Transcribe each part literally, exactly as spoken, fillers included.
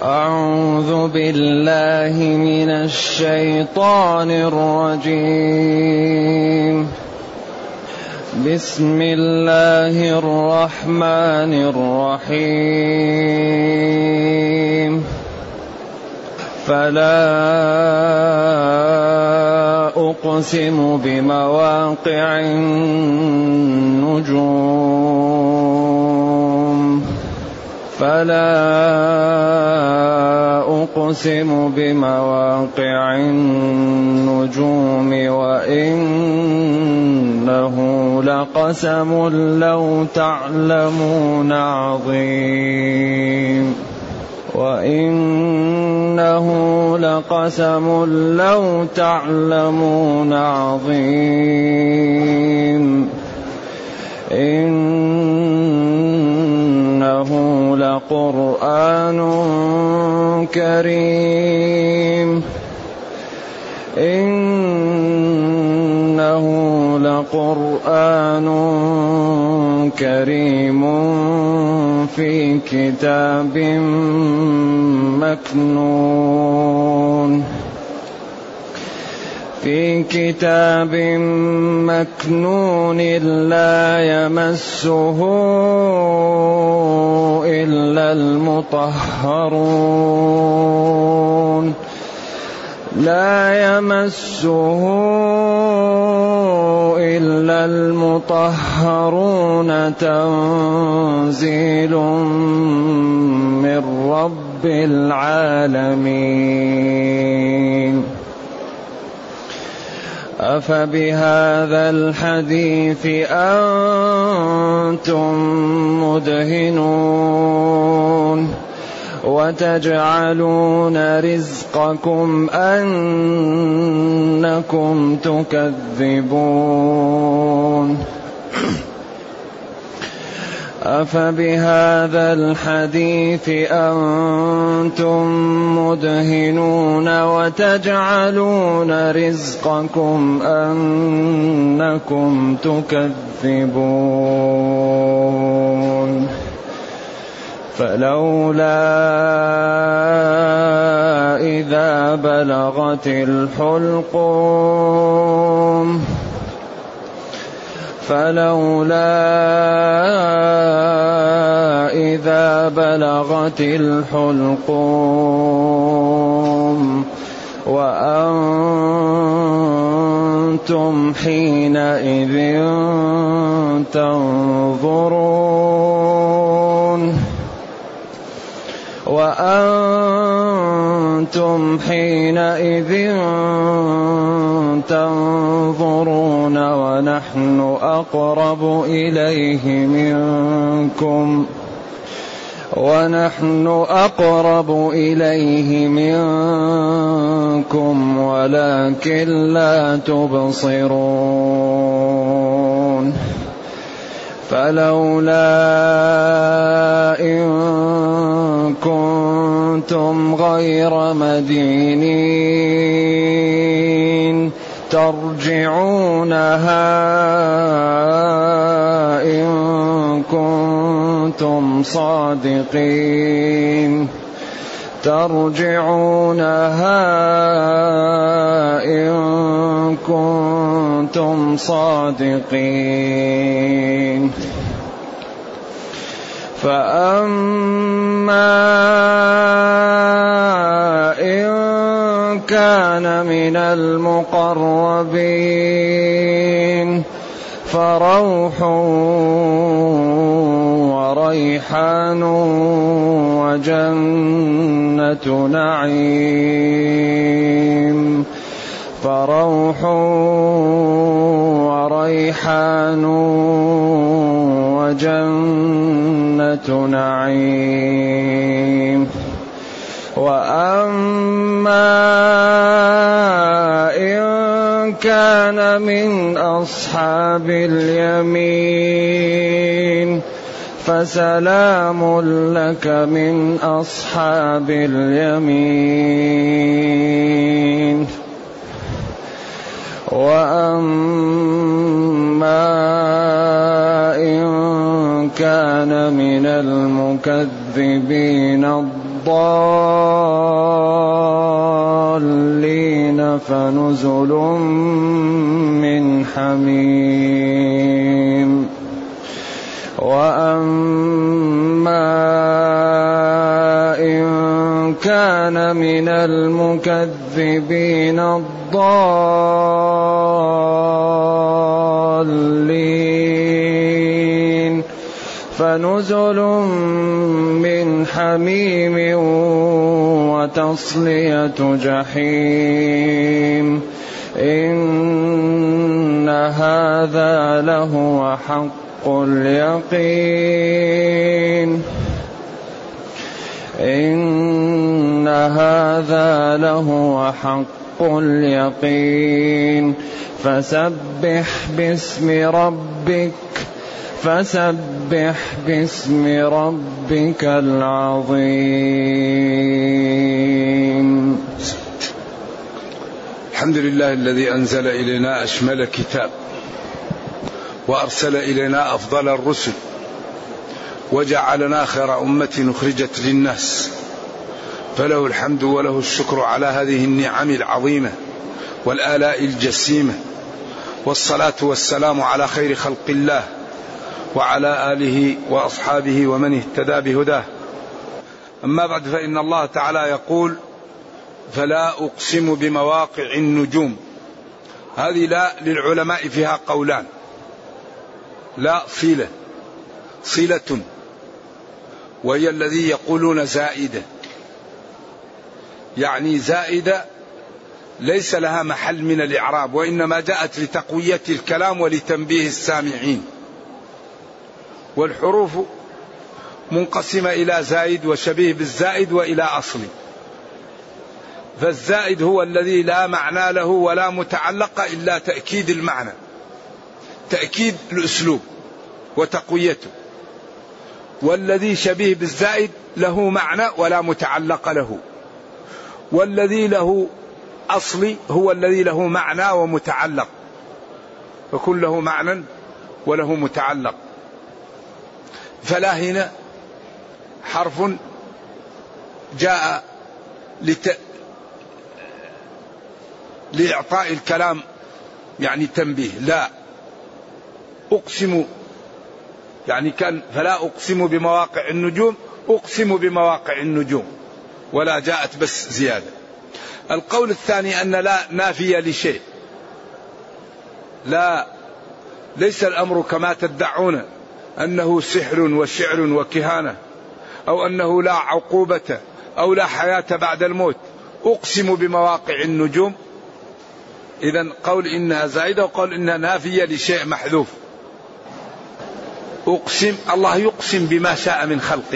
أعوذ بالله من الشيطان الرجيم. بسم الله الرحمن الرحيم. فلا أقسم بمواقع النجوم فلا أقسم بمواقع النجوم وإنه لقسم لو تعلمون عظيم وإنه لقسم لو تعلمون عظيم إنه لقرآن كريم إنه لقرآن كريم في كتاب مكنون في كتاب مكنون لا يمسه إلا المطهرون لا يمسه إلا المطهرون تنزيل من رب العالمين. أفبهذا الحديث أنتم مدهنون وتجعلون رزقكم أنكم تكذبون. أفبهذا الحديث أنتم مدهنون وتجعلون رزقكم أنكم تكذبون. فلولا إذا بلغت الحلقوم فلولا إذا بلغت الحلقوم وأنتم حينئذ تنظرون وأنتم حينئذ تنظرون ونحن أقرب إليه منكم ونحن أقرب إليه منكم ولكن لا تبصرون. فلولا إن كنتم غير مدينين ترجعونها إن كنتم صادقين ترجعونها إن كنتم صادقين. فأما إن كان من المقربين فروح وريحان وجنة نعيم فروح وريحان وجنة نعيم. وأما إن كان من أصحاب اليمين فسلام لك من أصحاب اليمين. وأما إن كان من المكذبين الضالين فنزل من حميم. وأما إن كان من المكذبين الضالين فنزل من حميم وتصلية جحيم. إن هذا لهو حق اليقين إن هذا لهو حق اليقين فسبح باسم ربك فسبح باسم ربك العظيم. الحمد لله الذي أنزل إلينا أشمل كتاب وأرسل إلينا أفضل الرسل وجعلنا خير أمة أخرجت للناس، فله الحمد وله الشكر على هذه النعم العظيمة والآلاء الجسيمة، والصلاة والسلام على خير خلق الله وعلى آله وأصحابه ومن اهتدى بهداه. أما بعد، فإن الله تعالى يقول: فلا أقسم بمواقع النجوم. هذه لا للعلماء فيها قولان. لا صلة صلة وهي الذي يقولون زائدة، يعني زائدة ليس لها محل من الإعراب، وإنما جاءت لتقوية الكلام ولتنبيه السامعين. والحروف منقسمة إلى زائد وشبيه بالزائد وإلى أصلي. فالزائد هو الذي لا معنى له ولا متعلق إلا تأكيد المعنى، تأكيد الأسلوب وتقويته. والذي شبيه بالزائد له معنى ولا متعلق له. والذي له أصلي هو الذي له معنى ومتعلق، فكل له معنى وله متعلق. فلا هنا حرف جاء لت... لإعطاء الكلام يعني تنبيه. لا أقسم يعني كان فلا أقسم بمواقع النجوم، أقسم بمواقع النجوم، ولا جاءت بس زيادة. القول الثاني أن لا نافية لشيء، لا ليس الأمر كما تدعون أنه سحر وشعر وكهانة، أو أنه لا عقوبة أو لا حياة بعد الموت. أقسم بمواقع النجوم، إذن قول إنها زائدة وقول إنها نافية لشيء محذوف. أقسم، الله يقسم بما شاء من خلقه،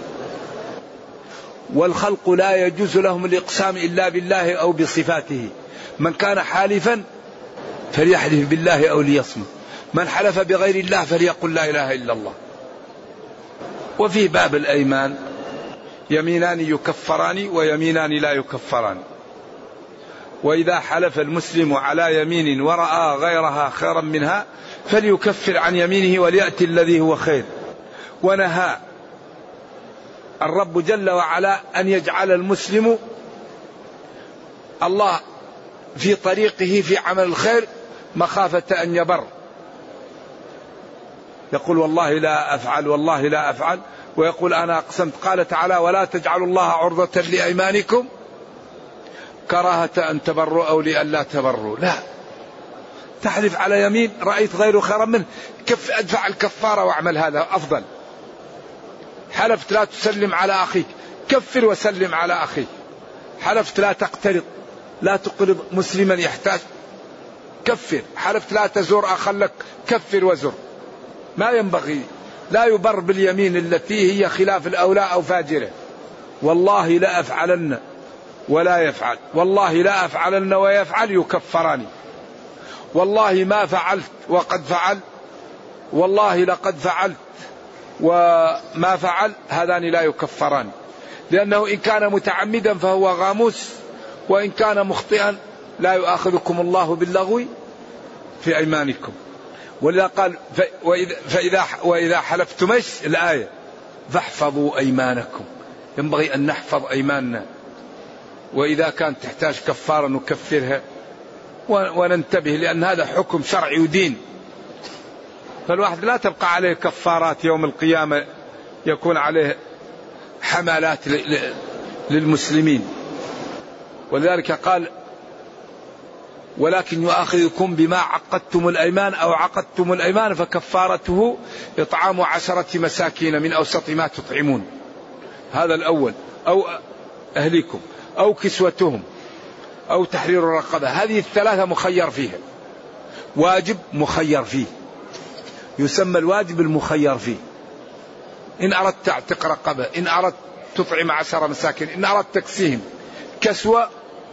والخلق لا يجوز لهم الإقسام إلا بالله أو بصفاته. من كان حالفا فليحلف بالله أو ليصمت، من حلف بغير الله فليقل لا إله إلا الله. وفي باب الأيمان يمينان يكفران ويمينان لا يكفران. وإذا حلف المسلم على يمين ورأى غيرها خيرا منها فليكفر عن يمينه وليأتي الذي هو خير. ونهى الرب جل وعلا أن يجعل المسلم الله في طريقه في عمل الخير مخافة أن يبر، يقول والله لا أفعل والله لا أفعل، ويقول أنا أقسمت. قال تعالى: ولا تجعلوا الله عرضة لأيمانكم كراهة أن تبروا أو لئلا تبروا. لا، تحلف على يمين رأيت غيره خيرا منه، كف أدفع الكفارة واعمل، هذا أفضل. حلفت لا تسلم على أخيك، كفر وسلم على أخيك. حلفت لا تقترض، لا تقرض مسلما يحتاج، كفر. حلفت لا تزور أخا لك، كفر وزر. ما ينبغي، لا يبر باليمين التي هي خلاف الأولى أو فاجرة. والله لا أفعلن ولا يفعل، والله لا أفعلن ويفعل، يكفران. والله ما فعلت وقد فعل، والله لقد فعلت وما فعل، هذان لا يكفران. لأنه إن كان متعمدا فهو غاموس، وإن كان مخطئا لا يؤاخذكم الله باللغو في أيمانكم. ولذا قال وإذا, فإذا وإذا حلفتمش الآية فاحفظوا أيمانكم، ينبغي أن نحفظ أيماننا، وإذا كانت تحتاج كفارة نكفرها وننتبه، لأن هذا حكم شرعي ودين. فالواحد لا تبقى عليه كفارات يوم القيامة يكون عليه حملات للمسلمين. ولذلك قال ولكن يؤاخذكم بما عقدتم الأيمان أو عقدتم الأيمان فكفارته إطعام عشرة مساكين من أوسط ما تطعمون، هذا الأول، أو أهليكم أو كسوتهم أو تحرير الرقبة. هذه الثلاثة مخير فيها، واجب مخير فيه، يسمى الواجب المخير فيه. إن أردت تعتق رقبة، إن أردت تطعم عشر مساكين، إن أردت تكسيهم كسوة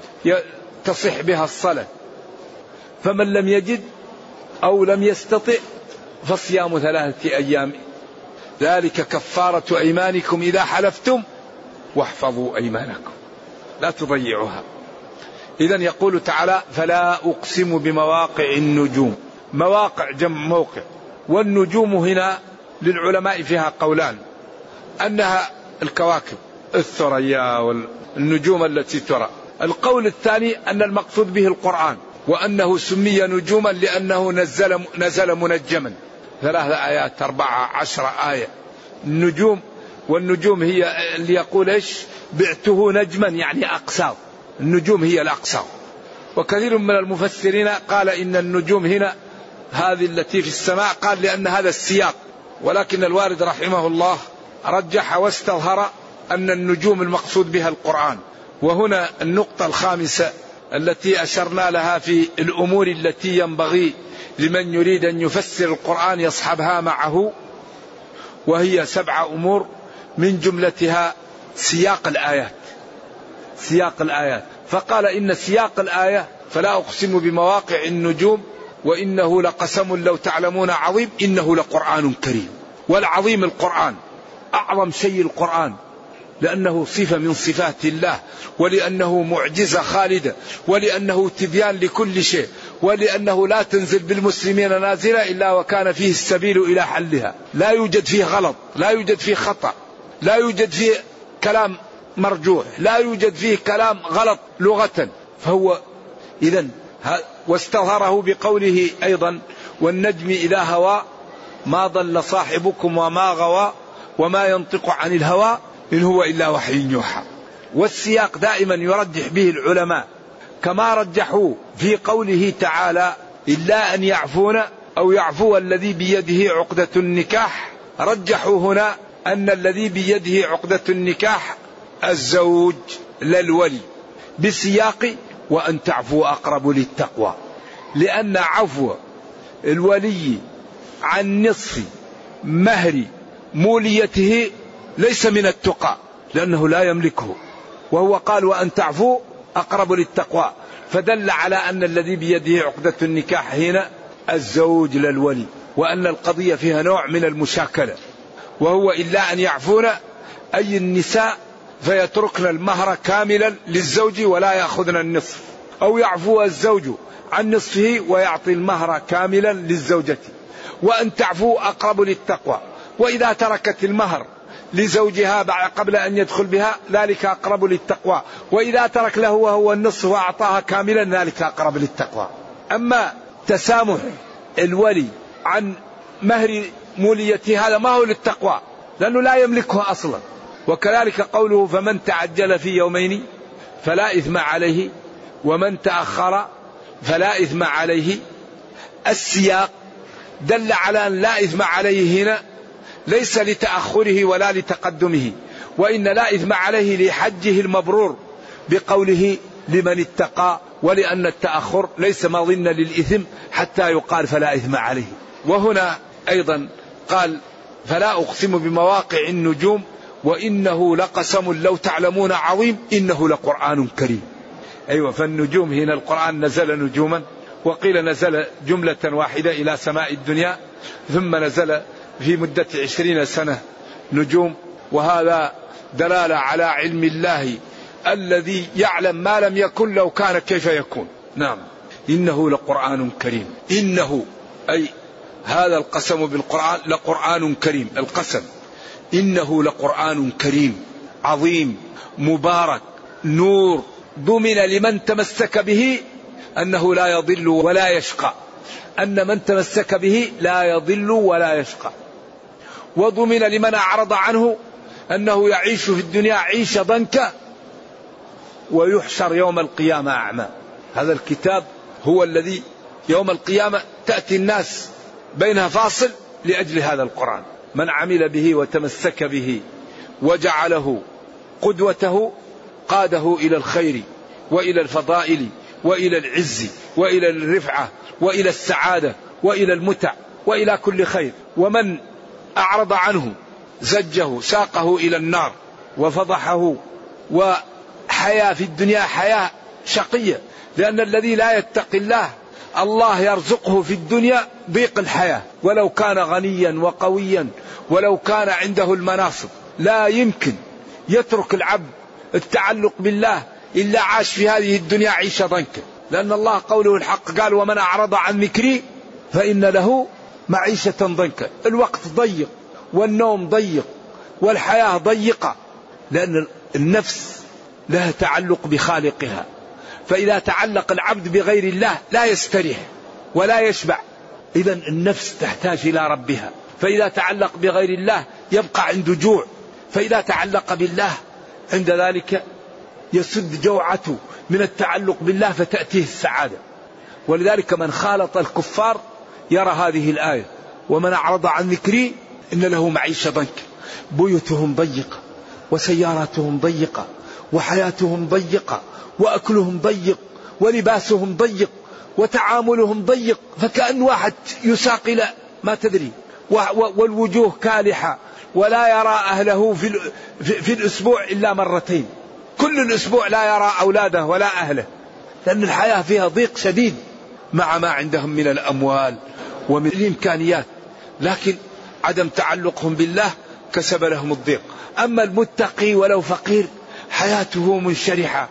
تصح بها الصلاة. فمن لم يجد أو لم يستطع فصيام ثلاثة أيام، ذلك كفارة أيمانكم إذا حلفتم واحفظوا أيمانكم لا تضيعوها. إذن يقول تعالى فلا أقسم بمواقع النجوم. مواقع جمع موقع، والنجوم هنا للعلماء فيها قولان، أنها الكواكب الثريا والنجوم التي ترى. القول الثاني أن المقصود به القرآن، وأنه سمي نجوما لأنه نزل, نزل منجما. ثلاثة آيات أربعة عشر آية النجوم. والنجوم هي اللي يقول إيش بعته نجما يعني أقساط، النجوم هي الأقساط. وكثير من المفسرين قال إن النجوم هنا هذه التي في السماء، قال لأن هذا السياق. ولكن الوارد رحمه الله رجح واستظهر أن النجوم المقصود بها القرآن. وهنا النقطة الخامسة التي أشرنا لها في الأمور التي ينبغي لمن يريد أن يفسر القرآن يصحبها معه، وهي سبع أمور من جملتها سياق الآيات. سياق الآيات فقال إن سياق الآية فلا أقسم بمواقع النجوم وإنه لقسم لو تعلمون عظيم إنه لقرآن كريم. والعظيم القرآن، أعظم شيء القرآن، لأنه صفة من صفات الله، ولأنه معجزة خالدة، ولأنه تبيان لكل شيء، ولأنه لا تنزل بالمسلمين نازلة إلا وكان فيه السبيل إلى حلها. لا يوجد فيه غلط، لا يوجد فيه خطأ، لا يوجد فيه كلام مرجوح، لا يوجد فيه كلام غلط لغة. فهو إذن واستظهره بقوله أيضا والنجم إذا هوى ما ضل صاحبكم وما غوى وما ينطق عن الهوى إن هو إلا وحي يوحى. والسياق دائما يرجح به العلماء، كما رجحوا في قوله تعالى إلا أن يعفون أو يعفو الذي بيده عقدة النكاح. رجحوا هنا أن الذي بيده عقدة النكاح الزوج لا الولي، بسياق وأن تعفو أقرب للتقوى، لأن عفو الولي عن نصف مهر موليته ليس من التقى لأنه لا يملكه، وهو قال وأن تعفو أقرب للتقوى، فدل على أن الذي بيده عقدة النكاح هنا الزوج لا الولي، وأن القضية فيها نوع من المشاكلة. وهو إلا أن يعفون أي النساء فيتركن المهر كاملا للزوج ولا يأخذن النصف، أو يعفو الزوج عن نصفه ويعطي المهر كاملا للزوجة. وأن تعفو أقرب للتقوى، وإذا تركت المهر لزوجها قبل أن يدخل بها ذلك أقرب للتقوى، وإذا ترك له وهو النصف وأعطاها كاملا ذلك أقرب للتقوى. أما تسامح الولي عن مهر موليته هذا ما هو للتقوى لأنه لا يملكه أصلا. وكذلك قوله فمن تعجل في يومين فلا إثم عليه ومن تأخر فلا إثم عليه. السياق دل على أن لا إثم عليه هنا ليس لتأخره ولا لتقدمه، وإن لا إثم عليه لحجه المبرور بقوله لمن اتقى، ولأن التأخر ليس مظنة للإثم حتى يقال فلا إثم عليه. وهنا أيضا قال فلا أقسم بمواقع النجوم وإنه لقسم لو تعلمون عظيم إنه لقرآن كريم. أيوة، فالنجوم هنا القرآن نزل نجوما، وقيل نزل جملة واحدة إلى سماء الدنيا، ثم نزل في مدة عشرين سنة نجوم، وهذا دلالة على علم الله الذي يعلم ما لم يكن لو كان كيف يكون. نعم، إنه لقرآن كريم. إنه أي هذا القسم بالقرآن لقرآن كريم، القسم إنه لقرآن كريم. عظيم مبارك نور، ضمن لمن تمسك به أنه لا يضل ولا يشقى، أن من تمسك به لا يضل ولا يشقى. وضمن لمن أعرض عنه أنه يعيش في الدنيا عيش ضنكا ويحشر يوم القيامة أعمى. هذا الكتاب هو الذي يوم القيامة تأتي الناس بينها فاصل لأجل هذا القرآن. من عمل به وتمسك به وجعله قدوته قاده إلى الخير وإلى الفضائل وإلى العز وإلى الرفعة وإلى السعادة وإلى المتع وإلى كل خير. ومن أعرض عنه زجه ساقه إلى النار وفضحه وحياة في الدنيا حياة شقية. لأن الذي لا يتقي الله الله يرزقه في الدنيا ضيق الحياة، ولو كان غنيا وقويا ولو كان عنده المناصب لا يمكن يترك العبد التعلق بالله إلا عاش في هذه الدنيا عيشة ضنكا. لأن الله قوله الحق قال ومن أعرض عن ذكري فإن له معيشة ضنكا. الوقت ضيق والنوم ضيق والحياة ضيقة، لأن النفس لها تعلق بخالقها، فإذا تعلق العبد بغير الله لا يستريح ولا يشبع. إذن النفس تحتاج إلى ربها، فإذا تعلق بغير الله يبقى عنده جوع، فإذا تعلق بالله عند ذلك يسد جوعته من التعلق بالله فتأتيه السعادة. ولذلك من خالط الكفار يرى هذه الآية ومن أعرض عن ذكري إن له معيشة ضنكا، بيوتهم ضيقة وسياراتهم ضيقة وحياتهم ضيقة وأكلهم ضيق ولباسهم ضيق وتعاملهم ضيق، فكأن واحد يساق إلى ما تدري، والوجوه كالحة ولا يرى أهله في, في الأسبوع إلا مرتين، كل الأسبوع لا يرى أولاده ولا أهله، لأن الحياة فيها ضيق شديد مع ما عندهم من الأموال ومن الإمكانيات، لكن عدم تعلقهم بالله كسب لهم الضيق. أما المتقي ولو فقير حياته منشرحة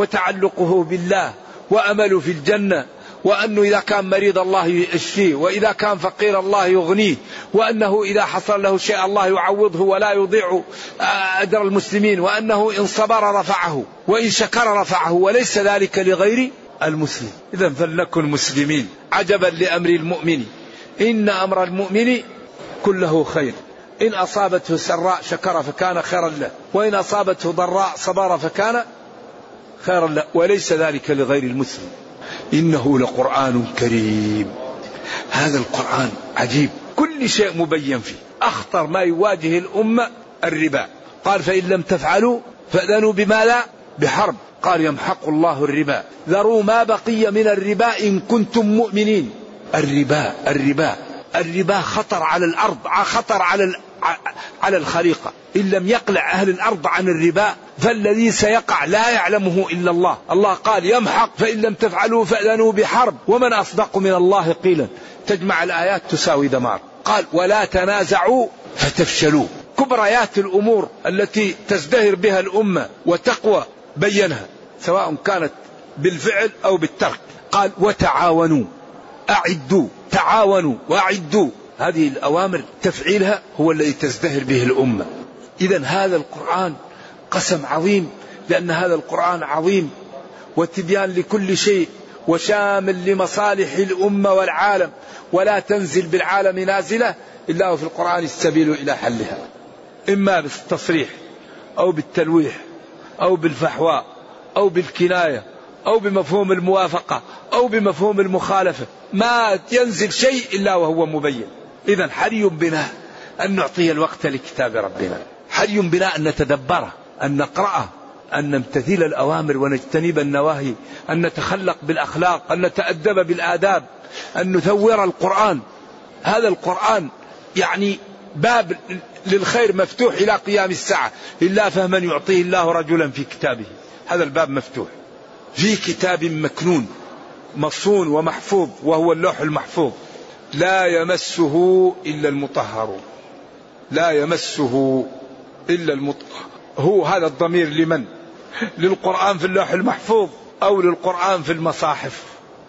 وتعلقه بالله وأمله في الجنة، وأنه إذا كان مريض الله يشفيه، وإذا كان فقير الله يغنيه، وأنه إذا حصل له شيء الله يعوضه ولا يضيع أجر المسلمين، وأنه إن صبر رفعه وإن شكر رفعه، وليس ذلك لغير المسلم. إذا فلنكن مسلمين. عجبا لأمر المؤمن إن أمر المؤمن كله خير، إن أصابته سراء شكر فكان خيرا له، وإن أصابته ضراء صبر فكان خيرا له، وليس ذلك لغير المسلم. إنه لقرآن كريم. هذا القرآن عجيب، كل شيء مبين فيه. أخطر ما يواجه الأمة الربا، قال فإن لم تفعلوا فأذنوا بما لا بحرب، قال يمحق الله الربا ذروا ما بقي من الربا إن كنتم مؤمنين. الربا الربا الربا خطر على الأرض، خطر على على الخليقة. إن لم يقلع أهل الأرض عن الربا فالذي سيقع لا يعلمه إلا الله. الله قال يمحق، فإن لم تفعلوا فأذنوا بحرب ومن أصدق من الله قيلا. تجمع الآيات تساوي دمار. قال ولا تنازعوا فتفشلوا. كبريات الأمور التي تزدهر بها الأمة وتقوى بينها، سواء كانت بالفعل أو بالترك. قال وتعاونوا، أعدوا، تعاونوا وأعدوا. هذه الأوامر تفعيلها هو الذي تزدهر به الأمة. إذن هذا القرآن قسم عظيم، لأن هذا القرآن عظيم وتبيان لكل شيء وشامل لمصالح الأمة والعالم، ولا تنزل بالعالم نازلة إلا وفي القرآن السبيل إلى حلها، إما بالتصريح أو بالتلويح أو بالفحواء أو بالكناية أو بمفهوم الموافقة أو بمفهوم المخالفة. ما ينزل شيء إلا وهو مبين. إذن حري بنا أن نعطي الوقت لكتاب ربنا، حري بنا أن نتدبره، أن نقرأه، أن نمتثل الأوامر ونجتنب النواهي، أن نتخلق بالأخلاق، أن نتأدب بالآداب، أن نثور القرآن. هذا القرآن يعني باب للخير مفتوح إلى قيام الساعة، إلا فهما يعطيه الله رجلا في كتابه. هذا الباب مفتوح في كتاب مكنون مصون ومحفوظ، وهو اللوح المحفوظ، لا يمسه إلا المطهرون. لا يمسه إلا المطهر. هو هذا الضمير لمن؟ للقرآن في اللوح المحفوظ أو للقرآن في المصاحف؟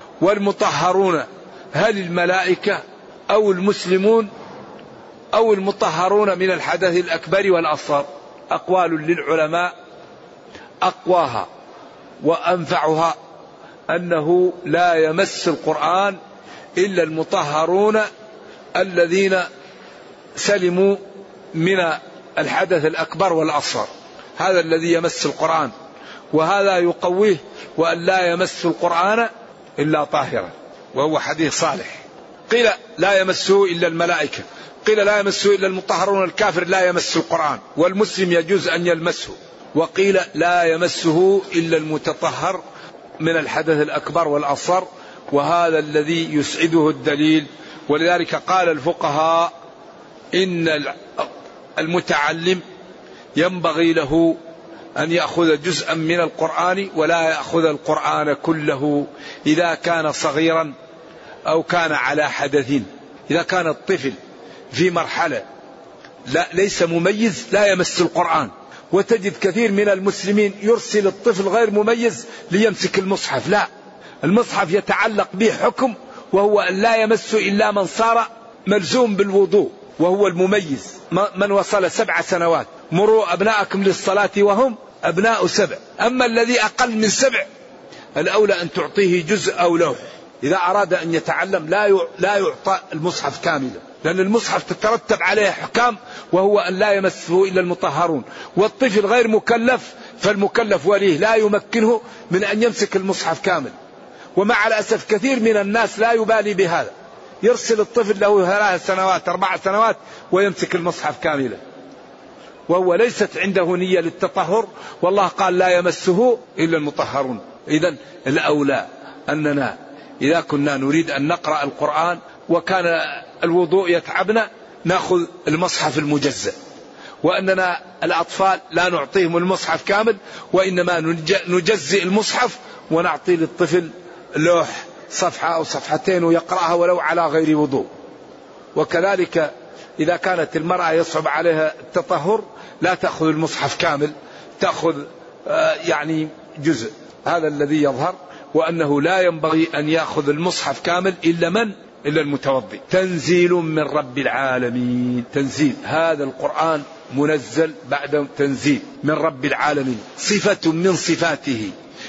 والمطهرون هل الملائكة أو المسلمون أو المطهرون من الحدث الأكبر والأصغر؟ أقوال للعلماء أقواها وأنفعها أنه لا يمس القرآن إلا المطهرون الذين سلموا من الحدث الأكبر والأصغر، هذا الذي يمس القرآن، وهذا يقويه وأن لا يمس القرآن إلا طاهرا، وهو حديث صالح. قيل لا يمسه إلا الملائكة، قيل لا يمسه إلا المطهرون، الكافر لا يمس القرآن، والمسلم يجوز أن يلمسه، وقيل لا يمسه إلا المتطهر من الحدث الأكبر والأصغر، وهذا الذي يسعده الدليل. ولذلك قال الفقهاء إن المتعلم ينبغي له أن يأخذ جزءا من القرآن ولا يأخذ القرآن كله إذا كان صغيرا أو كان على حدث. إذا كان الطفل في مرحلة لا ليس مميز لا يمس القرآن، وتجد كثير من المسلمين يرسل الطفل غير مميز ليمسك المصحف، لا، المصحف يتعلق به حكم، وهو أن لا يمس إلا من صار ملزوم بالوضوء وهو المميز، من وصل سبع سنوات. مروا أبناءكم للصلاة وهم أبناء سبع. أما الذي أقل من سبع الأولى أن تعطيه جزء أو لوح. إذا أراد أن يتعلم لا لا يعطى المصحف كاملا، لأن المصحف تترتب عليه أحكام، وهو أن لا يمسه إلا المطهرون. والطفل غير مكلف، فالمكلف وليه لا يمكنه من أن يمسك المصحف كامل. ومع الأسف كثير من الناس لا يبالي بهذا، يرسل الطفل له ثلاث سنوات أربع سنوات ويمسك المصحف كاملا، وهو ليست عنده نية للتطهر، والله قال لا يمسه إلا المطهرون. إذن الأولى أننا إذا كنا نريد أن نقرأ القرآن وكان الوضوء يتعبنا نأخذ المصحف المجزأ، وأننا الأطفال لا نعطيهم المصحف كامل، وإنما نجزئ المصحف ونعطي للطفل لوح صفحة أو صفحتين ويقرأها ولو على غير وضوء. وكذلك إذا كانت المرأة يصعب عليها التطهر لا تأخذ المصحف كامل، تأخذ يعني جزء. هذا الذي يظهر، وأنه لا ينبغي أن يأخذ المصحف كامل إلا من؟ إلا المتوضئ. تنزيل من رب العالمين. تنزيل، هذا القرآن منزل بعد تنزيل من رب العالمين، صفة من صفاته،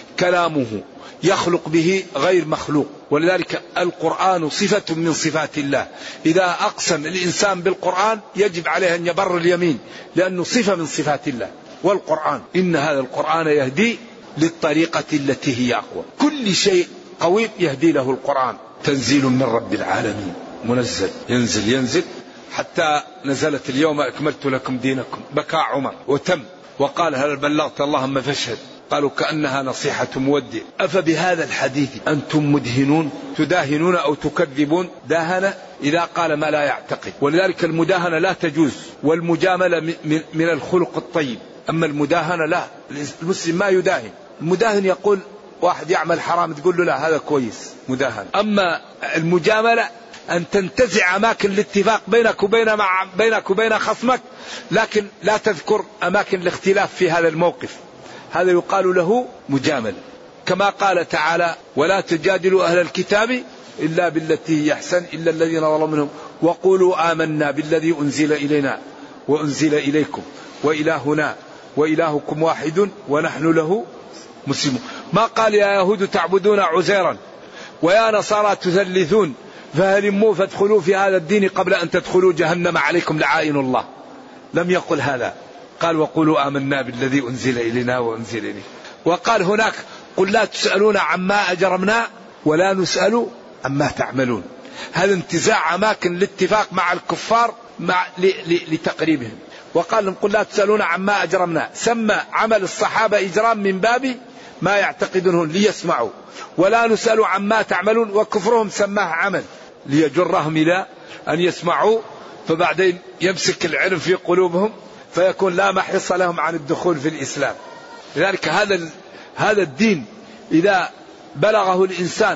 كلامه يخلق به غير مخلوق، ولذلك القرآن صفة من صفات الله. إذا أقسم الإنسان بالقرآن يجب عليه أن يبر اليمين، لأنه صفة من صفات الله. والقرآن إن هذا القرآن يهدي للطريقة التي هي أقوى. كل شيء قوي يهدي له القرآن. تنزيل من رب العالمين، منزل، ينزل ينزل حتى نزلت اليوم أكملت لكم دينكم. بكى عمر وتم وقال هل بلغت؟ اللهم فاشهد. قالوا كأنها نصيحة مودع. أفبهذا الحديث أنتم مدهنون؟ تداهنون أو تكذبون. داهن إذا قال ما لا يعتقد، ولذلك المداهنة لا تجوز، والمجاملة من الخلق الطيب. أما المداهنة لا، المسلم ما يداهن. المداهن يقول واحد يعمل حرام تقول له لا هذا كويس، مداهن. أما المجاملة أن تنتزع أماكن الاتفاق بينك وبين مع بينك وبين خصمك، لكن لا تذكر أماكن الاختلاف في هذا الموقف، هذا يقال له مجاملة. كما قال تعالى ولا تجادلوا أهل الكتاب إلا بالتي هي أحسن إلا الذين ظلموا منهم وقولوا آمنا بالذي أنزل إلينا وأنزل إليكم وإلهنا وإلهكم واحد ونحن له مسلمون. ما قال يا يهود تعبدون عزيرا ويا نصارى تثلثون فهلموا فادخلوا في هذا الدين قبل أن تدخلوا جهنم عليكم لعائن الله. لم يقل هذا، قال وقولوا آمنا بالذي أنزل إلينا وأنزل إليكم. وقال هناك قل لا تسألون عما أجرمنا ولا نسأل عما تعملون. هذا انتزاع أماكن الاتفاق مع الكفار مع لتقريبهم. وقال قل لا تسألون عما أجرمنا، سمى عمل الصحابة إجرام من باب ما يعتقدونه ليسمعوا، ولا نسأل عما تعملون وكفرهم سماه عمل ليجرهم إلى أن يسمعوا، فبعدين يمسك العلم في قلوبهم فيكون لا محرص لهم عن الدخول في الإسلام. لذلك هذا هذا الدين إذا بلغه الإنسان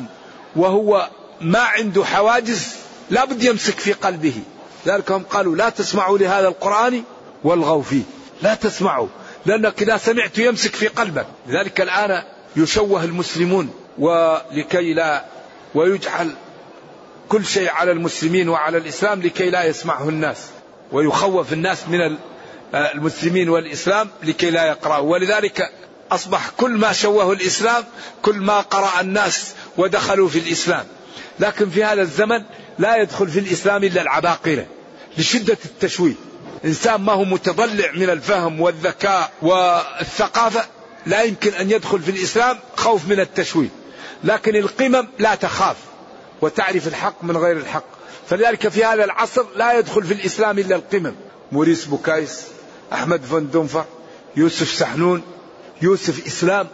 وهو ما عنده حواجز لا بد يمسك في قلبه. لذلك هم قالوا لا تسمعوا لهذا القرآن والغوا فيه، لا تسمعوا، لأنك إذا سمعت يمسك في قلبك. لذلك الآن يشوه المسلمون ولكي لا ويجعل كل شيء على المسلمين وعلى الإسلام لكي لا يسمعه الناس، ويخوف الناس من المسلمين والإسلام لكي لا يقرأوا. ولذلك أصبح كل ما شوه الإسلام كل ما قرأ الناس ودخلوا في الإسلام. لكن في هذا الزمن لا يدخل في الإسلام إلا العباقرة لشدة التشويه. إنسان ما هو متضلع من الفهم والذكاء والثقافة لا يمكن أن يدخل في الإسلام خوف من التشويه. لكن القمم لا تخاف وتعرف الحق من غير الحق. فلذلك في هذا العصر لا يدخل في الإسلام إلا القمم. موريس بوكايس، أحمد فان دونفر، يوسف سحنون، يوسف إسلام،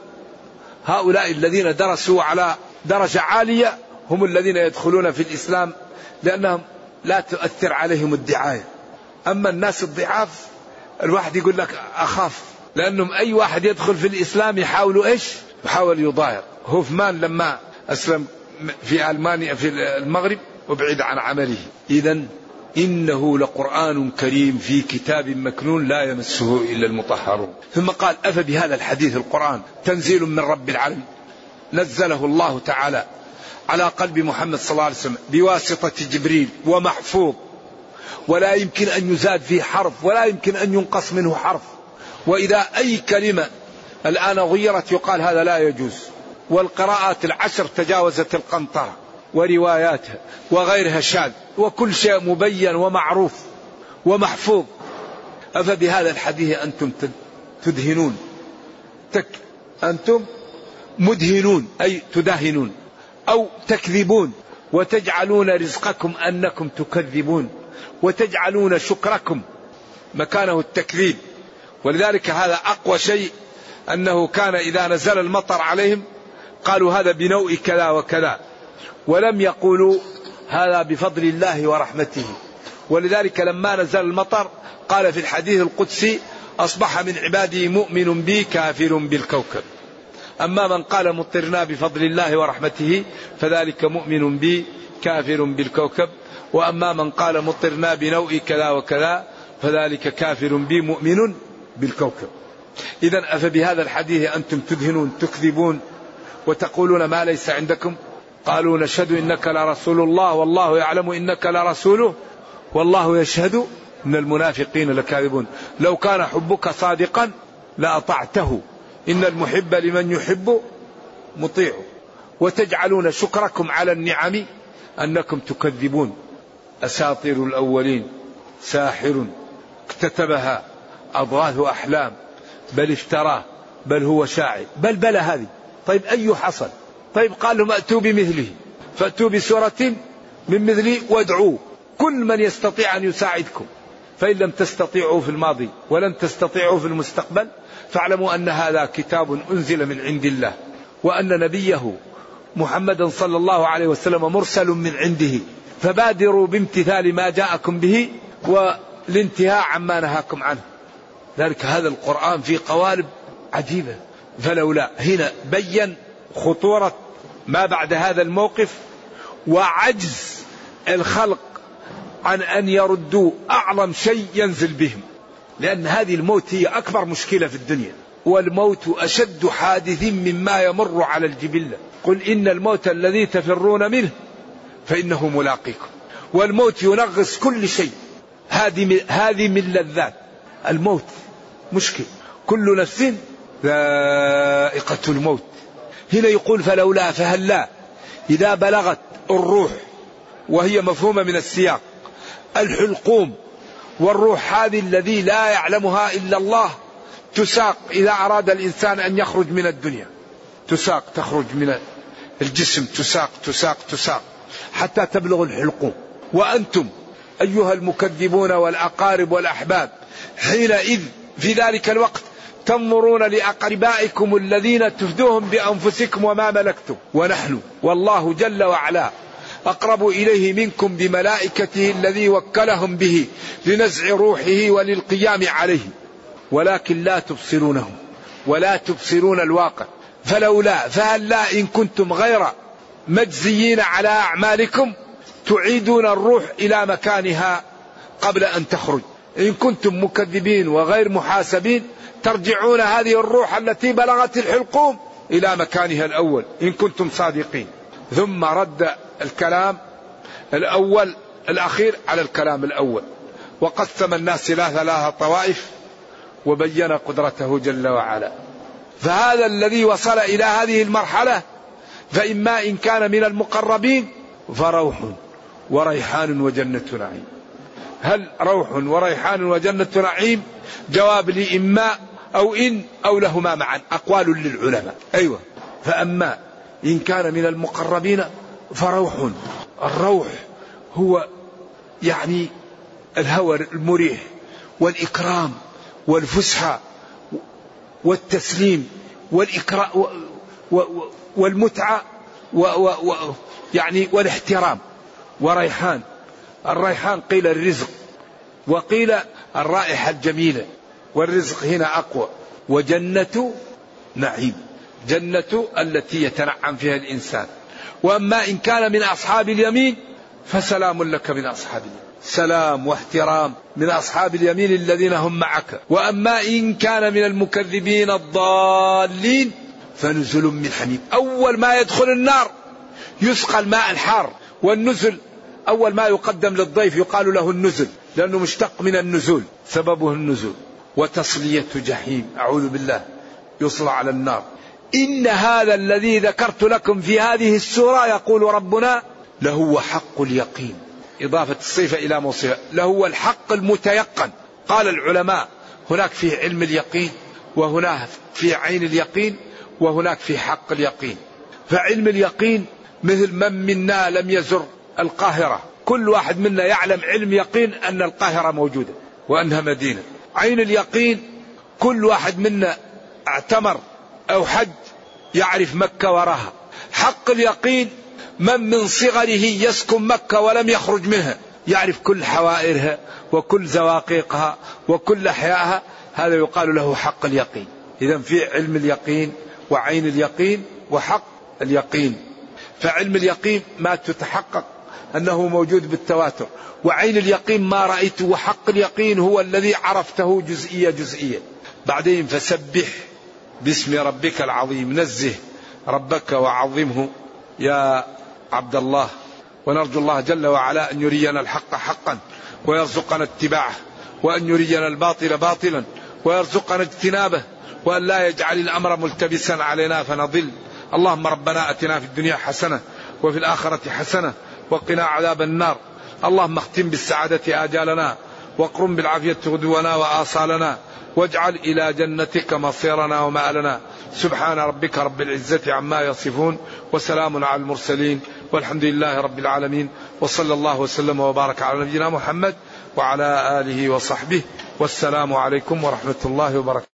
هؤلاء الذين درسوا على درجة عالية هم الذين يدخلون في الإسلام لأنهم لا تؤثر عليهم الدعاية. أما الناس الضعاف الواحد يقول لك أخاف، لأنهم أي واحد يدخل في الإسلام يحاولوا إيش؟ يحاول يضايق. هوفمان لما أسلم في ألمانيا في المغرب وبعد عن عمله. إذن إنه لقرآن كريم في كتاب مكنون لا يمسه إلا المطهرون. ثم قال أفبهذا الحديث القرآن تنزيل من رب العالمين نزله الله تعالى على قلب محمد صلى الله عليه وسلم بواسطة جبريل ومحفوظ، ولا يمكن أن يزاد فيه حرف ولا يمكن أن ينقص منه حرف. وإذا أي كلمة الآن غيرت يقال هذا لا يجوز. والقراءات العشر تجاوزت القنطرة ورواياتها وغيرها شاذ، وكل شيء مبين ومعروف ومحفوظ. أفبهذا الحديث أنتم تدهنون تك أنتم مدهنون أي تدهنون أو تكذبون، وتجعلون رزقكم أنكم تكذبون، وتجعلون شكركم مكانه التكذيب. ولذلك هذا أقوى شيء أنه كان إذا نزل المطر عليهم قالوا هذا بنوء كذا وكذا، ولم يقولوا هذا بفضل الله ورحمته. ولذلك لما نزل المطر قال في الحديث القدسي أصبح من عبادي مؤمن بي كافر بالكوكب. أما من قال مطرنا بفضل الله ورحمته فذلك مؤمن بي كافر بالكوكب، وأما من قال مطرنا بنوء كذا وكذا فذلك كافر بي مؤمن بالكوكب. إذن أفبهذا الحديث أنتم تدهنون تكذبون وتقولون ما ليس عندكم. قالوا نشهد إنك لرسول الله والله يعلم إنك لرسوله والله يشهد إن المنافقين لكاذبون. لو كان حبك صادقا لأطعته إن المحب لمن يحب مطيع. وتجعلون شكركم على النعم أنكم تكذبون. أساطير الأولين ساحر اكتتبها أضغاث أحلام بل افتراه بل هو شاعر بل بلى هذه. طيب أي حصل؟ طيب قال لهم أتوا بمثله فأتوا بسورة من مثله وادعوا كل من يستطيع أن يساعدكم، فإن لم تستطيعوا في الماضي ولن تستطيعوا في المستقبل فاعلموا أن هذا كتاب أنزل من عند الله، وأن نبيه محمدا صلى الله عليه وسلم مرسل من عنده، فبادروا بامتثال ما جاءكم به والانتهاء عما نهاكم عنه. ذلك هذا القرآن في قوالب عجيبة. فلولا هنا بين خطورة ما بعد هذا الموقف وعجز الخلق عن أن يردوا أعظم شيء ينزل بهم، لأن هذه الموت هي أكبر مشكلة في الدنيا، والموت أشد حادث مما يمر على الجبلة. قل إن الموت الذي تفرون منه فإنه ملاقيكم. والموت ينغص كل شيء. هذه هذه من لذات الموت مشكل. كل نفس ذائقة الموت. هنا يقول فلولا فهلا إذا بلغت الروح، وهي مفهومة من السياق، الحلقوم والروح هذه الذي لا يعلمها إلا الله تساق إذا أراد الإنسان أن يخرج من الدنيا، تساق تخرج من الجسم تساق تساق تساق حتى تبلغ الحلقوم. وأنتم أيها المكذبون والأقارب والأحباب حينئذ في ذلك الوقت تنظرون لأقربائكم الذين تفدوهم بأنفسكم وما ملكتم، ونحن والله جل وعلا أقرب إليه منكم بملائكته الذي وكلهم به لنزع روحه وللقيام عليه، ولكن لا تبصرونه ولا تبصرون الواقع. فلولا فهلا إن كنتم غير مجزيين على أعمالكم تعيدون الروح إلى مكانها قبل أن تخرج. إن كنتم مكذبين وغير محاسبين ترجعون هذه الروح التي بلغت الحلقوم إلى مكانها الأول إن كنتم صادقين. ثم رد الكلام الأول الأخير على الكلام الأول، وقسم الناس إلى ثلاثة طوائف وبين قدرته جل وعلا. فهذا الذي وصل إلى هذه المرحلة فإما إن كان من المقربين فروح وريحان وجنة نعيم. هل روح وريحان وجنة نعيم؟ جواب لإما أو إن أو لهما معا، أقوال للعلماء. أيوة. فأما إن كان من المقربين فروح، الروح هو يعني الهوى المريح والإكرام والفسحة والتسليم والإكرام والمتعة و و و يعني والاحترام. وريحان، الريحان قيل الرزق وقيل الرائحة الجميلة، والرزق هنا أقوى. وجنة نعيم، جنة التي يتنعم فيها الإنسان. وأما إن كان من أصحاب اليمين فسلام لك من أصحاب اليمين، سلام واحترام من أصحاب اليمين الذين هم معك. وأما إن كان من المكذبين الضالين فنزل من حميم. أول ما يدخل النار يسقى الماء الحار، والنزل أول ما يقدم للضيف يقال له النزل، لأنه مشتق من النزول، سببه النزول. وتصلية جحيم، أعوذ بالله، يصلى على النار. إن هذا الذي ذكرت لكم في هذه السورة يقول ربنا لهو حق اليقين، إضافة الصفة إلى موصفة، لهو الحق المتيقن. قال العلماء هناك في علم اليقين، وهناك في عين اليقين، وهناك في حق اليقين. فعلم اليقين مثل من منا لم يزر القاهرة، كل واحد منا يعلم علم يقين أن القاهرة موجودة وأنها مدينة. عين اليقين كل واحد منا اعتمر أو حج يعرف مكة وراها. حق اليقين من من صغره يسكن مكة ولم يخرج منها، يعرف كل حوائرها وكل زواقيقها وكل أحيائها، هذا يقال له حق اليقين. إذن في علم اليقين وعين اليقين وحق اليقين. فعلم اليقين ما تتحقق أنه موجود بالتواتر، وعين اليقين ما رأيته، وحق اليقين هو الذي عرفته جزئية جزئية. بعدين فسبح باسم ربك العظيم، نزه ربك وعظمه يا عبد الله. ونرجو الله جل وعلا أن يرينا الحق حقا ويرزقنا اتباعه، وأن يرينا الباطل باطلا ويرزقنا اجتنابه، وأن لا يجعل الأمر ملتبسا علينا فنضل. اللهم ربنا أتنا في الدنيا حسنة وفي الآخرة حسنة وقنا عذاب النار. اللهم اختم بالسعادة آجالنا، واقرم بالعافية غدونا وآصالنا، واجعل إلى جنتك مصيرنا ومآلنا. سبحان ربك رب العزة عما يصفون، وسلام على المرسلين، والحمد لله رب العالمين. وصلى الله وسلم وبارك على نبينا محمد وعلى آله وصحبه، والسلام عليكم ورحمة الله وبركاته.